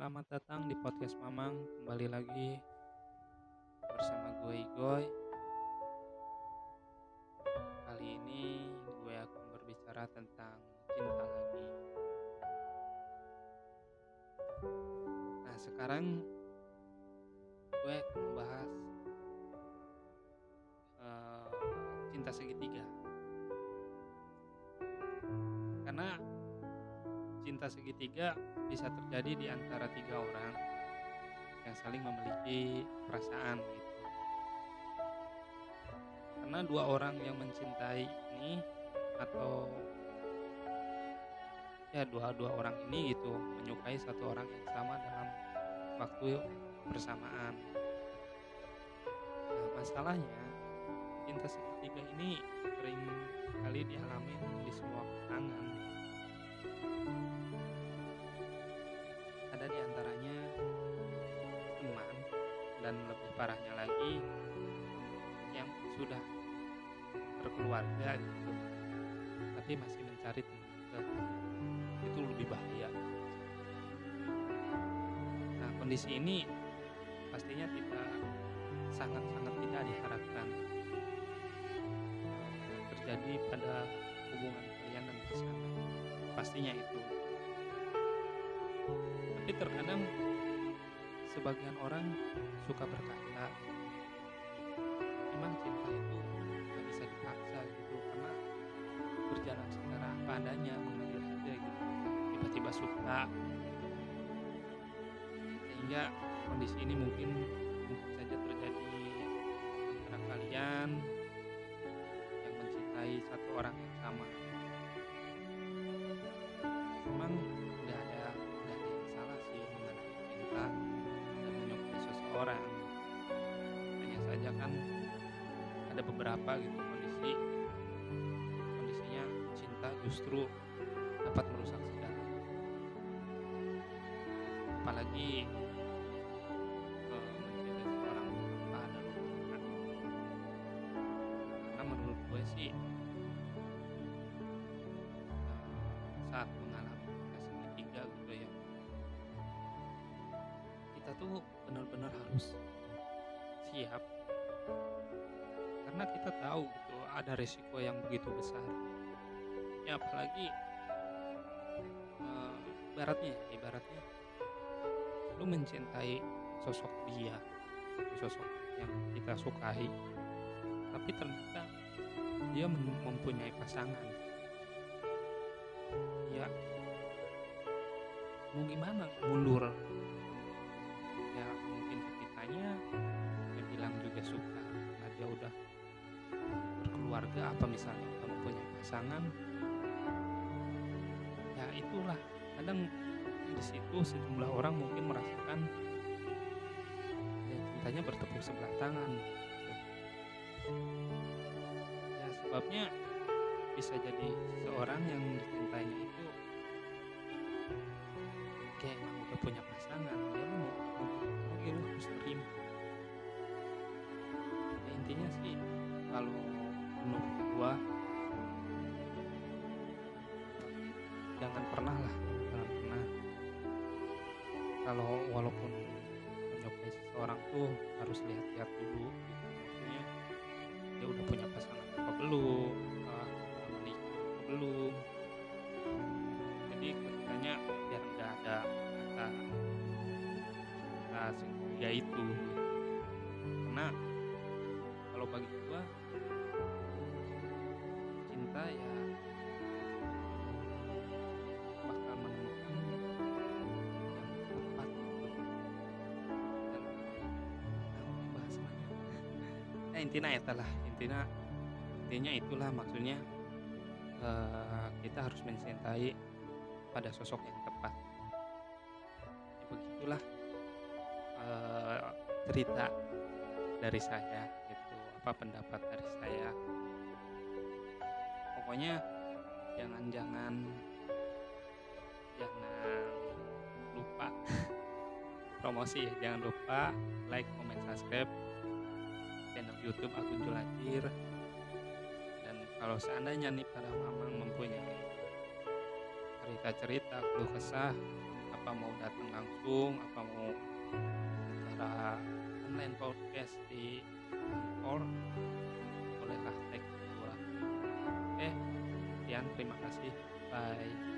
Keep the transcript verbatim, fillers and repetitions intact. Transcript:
Selamat datang di podcast Mamang. Kembali lagi bersama gue Igoy. Kali ini gue akan berbicara tentang cinta lagi. Nah, sekarang gue akan membahas uh, cinta segitiga. Karena cinta segitiga bisa terjadi di antara tiga orang yang saling memiliki perasaan gitu. Karena dua orang yang mencintai ini atau ya dua-dua orang ini gitu menyukai satu orang yang sama dalam waktu bersamaan. Nah, masalahnya cinta segitiga ini sering kali dialami di semua pasangan. Ada di antaranya teman, dan lebih parahnya lagi yang sudah berkeluarga gitu, tapi masih mencari teman dekat. Itu lebih bahaya. Nah, kondisi ini pastinya tidak sangat-sangat tidak diharapkan terjadi pada hubungan kalian dan pasangan. Pastinya itu. Tapi terkadang sebagian orang suka berkata, memang cinta itu gak bisa dipaksa gitu, karena berjalan secara apa adanya, mengalir aja gitu. Tiba-tiba suka, sehingga kondisi ini mungkin mungkin saja terjadi antara kalian yang mencintai satu orang yang sama. Memang nggak ada nggak ada yang salah sih mengenai cinta dan menyukai seseorang. Hanya saja kan ada beberapa gitu kondisi kondisinya cinta justru dapat merusak segala. Apalagi uh, mencintai seseorang tanpa ada luka. Karena menurut gue sih uh, saat mengalami cinta segitiga gitu ya, kita tuh benar-benar harus siap, karena kita tahu gitu ada resiko yang begitu besar. Ya apalagi uh, ibaratnya ibaratnya lu mencintai sosok dia, sosok yang kita sukai, tapi ternyata dia mempunyai pasangan. Ya mau gimana, mundur ya, mungkin kitanya dia bilang juga suka, nah dia udah berkeluarga apa misalnya udah mempunyai pasangan. Ya itulah, kadang di situ sejumlah orang mungkin merasakan ya cintanya bertepuk sebelah tangan. Ya sebabnya bisa jadi seseorang yang dicintainya itu kayak emang udah punya pasangan, dia mau lagi lu harus terima. Ya intinya sih kalau menurut gua jangan pernah lah jangan pernah kalau walaupun menyukai seseorang tuh harus lihat-lihat dulu gitu. Maksudnya dia udah punya pasangan apa belum, uh, udah menikah apa belum. Jadi ketikanya biar nggak ada kata cinta segitiga itu gitu. Karena kalau bagi gua cinta ya bakal menemukan yang tepat gitu. Dan nah, bahas mana? Nah intinya itulah intinya intinya itulah maksudnya uh, kita harus mencintai pada sosok yang tepat. Ya, begitulah uh, cerita dari saya gitu, apa pendapat dari saya. Pokoknya jangan-jangan jangan lupa promosi ya, jangan lupa like, comment, subscribe channel YouTube Akun Julajir. Dan kalau seandainya nih pada Mamang mempunyai cerita-cerita, keluh kesah, apa apa mau datang langsung, apa mau acara online podcast di kantor, bolehlah tag gua. Oke, sekian terima kasih. Bye.